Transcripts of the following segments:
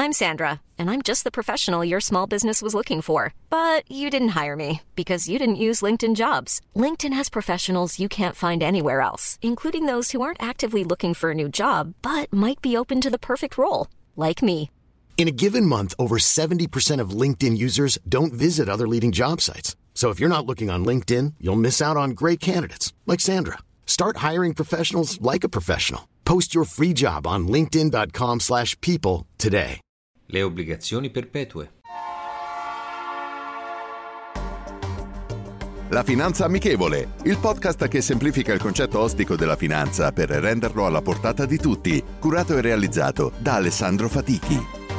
I'm Sandra, and I'm just the professional your small business was looking for. But you didn't hire me because you didn't use LinkedIn Jobs. LinkedIn has professionals you can't find anywhere else, including those who aren't actively looking for a new job, but might be open to the perfect role, like me. In a given month, over 70% of LinkedIn users don't visit other leading job sites. So if you're not looking on LinkedIn, you'll miss out on great candidates like Sandra. Start hiring professionals like a professional. Post your free job on linkedin.com/people today. Le obbligazioni perpetue. La Finanza Amichevole, il podcast che semplifica il concetto ostico della finanza per renderlo alla portata di tutti, curato e realizzato da Alessandro Fatichi.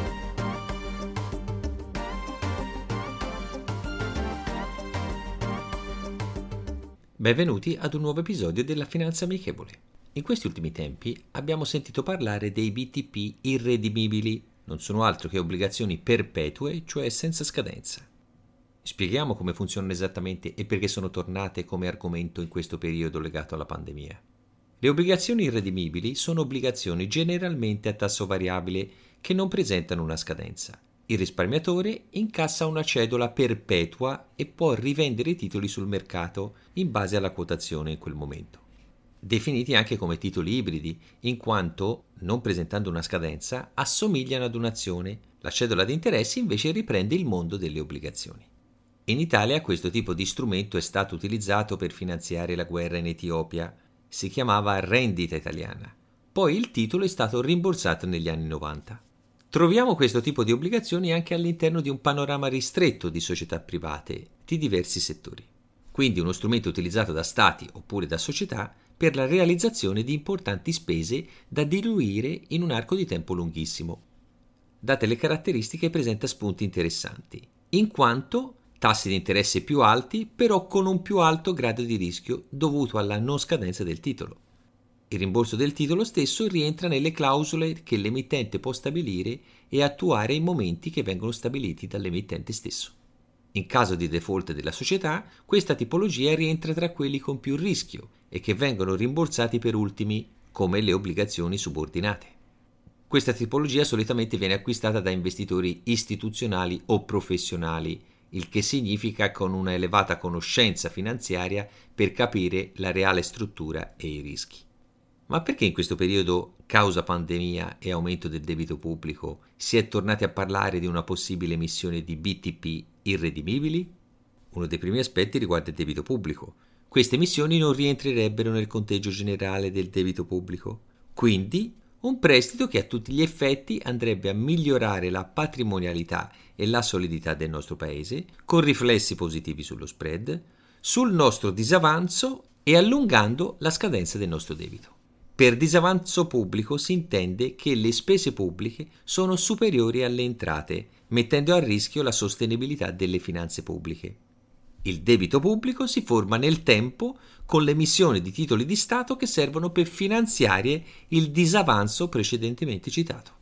Benvenuti ad un nuovo episodio della Finanza Amichevole. In questi ultimi tempi abbiamo sentito parlare dei BTP irredimibili. Non sono altro che obbligazioni perpetue, cioè senza scadenza. Spieghiamo come funzionano esattamente e perché sono tornate come argomento in questo periodo legato alla pandemia. Le obbligazioni irredimibili sono obbligazioni generalmente a tasso variabile che non presentano una scadenza. Il risparmiatore incassa una cedola perpetua e può rivendere i titoli sul mercato in base alla quotazione in quel momento. Definiti anche come titoli ibridi, in quanto, non presentando una scadenza, assomigliano ad un'azione. La cedola di interessi invece riprende il mondo delle obbligazioni. In Italia questo tipo di strumento è stato utilizzato per finanziare la guerra in Etiopia. Si chiamava rendita italiana. Poi il titolo è stato rimborsato negli anni 90. Troviamo questo tipo di obbligazioni anche all'interno di un panorama ristretto di società private di diversi settori. Quindi uno strumento utilizzato da stati oppure da società per la realizzazione di importanti spese da diluire in un arco di tempo lunghissimo. Date le caratteristiche presenta spunti interessanti, in quanto tassi di interesse più alti però con un più alto grado di rischio dovuto alla non scadenza del titolo. Il rimborso del titolo stesso rientra nelle clausole che l'emittente può stabilire e attuare in momenti che vengono stabiliti dall'emittente stesso. In caso di default della società, questa tipologia rientra tra quelli con più rischio e che vengono rimborsati per ultimi, come le obbligazioni subordinate. Questa tipologia solitamente viene acquistata da investitori istituzionali o professionali, il che significa con una elevata conoscenza finanziaria per capire la reale struttura e i rischi. Ma perché in questo periodo, causa pandemia e aumento del debito pubblico, si è tornati a parlare di una possibile emissione di BTP irredimibili? Uno dei primi aspetti riguarda il debito pubblico. Queste emissioni non rientrerebbero nel conteggio generale del debito pubblico. Quindi, un prestito che a tutti gli effetti andrebbe a migliorare la patrimonialità e la solidità del nostro paese, con riflessi positivi sullo spread, sul nostro disavanzo e allungando la scadenza del nostro debito. Per disavanzo pubblico si intende che le spese pubbliche sono superiori alle entrate, mettendo a rischio la sostenibilità delle finanze pubbliche. Il debito pubblico si forma nel tempo con l'emissione di titoli di Stato che servono per finanziare il disavanzo precedentemente citato.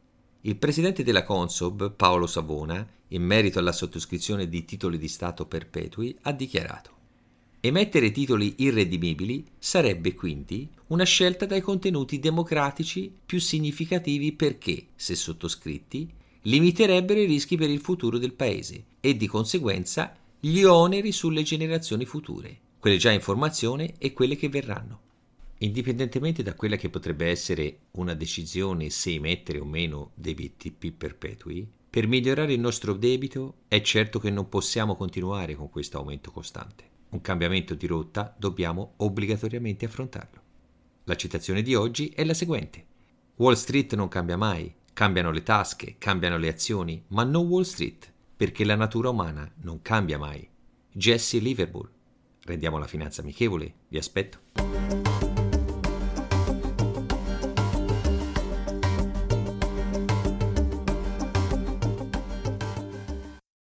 Il presidente della Consob, Paolo Savona, in merito alla sottoscrizione di titoli di Stato perpetui, ha dichiarato: emettere titoli irredimibili sarebbe quindi una scelta dai contenuti democratici più significativi perché, se sottoscritti, limiterebbero i rischi per il futuro del Paese e di conseguenza gli oneri sulle generazioni future, quelle già in formazione e quelle che verranno. Indipendentemente da quella che potrebbe essere una decisione se emettere o meno dei BTP perpetui, per migliorare il nostro debito è certo che non possiamo continuare con questo aumento costante. Un cambiamento di rotta dobbiamo obbligatoriamente affrontarlo. La citazione di oggi è la seguente: Wall Street non cambia mai, cambiano le tasche, cambiano le azioni, ma non Wall Street, perché la natura umana non cambia mai. Jesse Liverpool. Rendiamo la finanza amichevole, vi aspetto.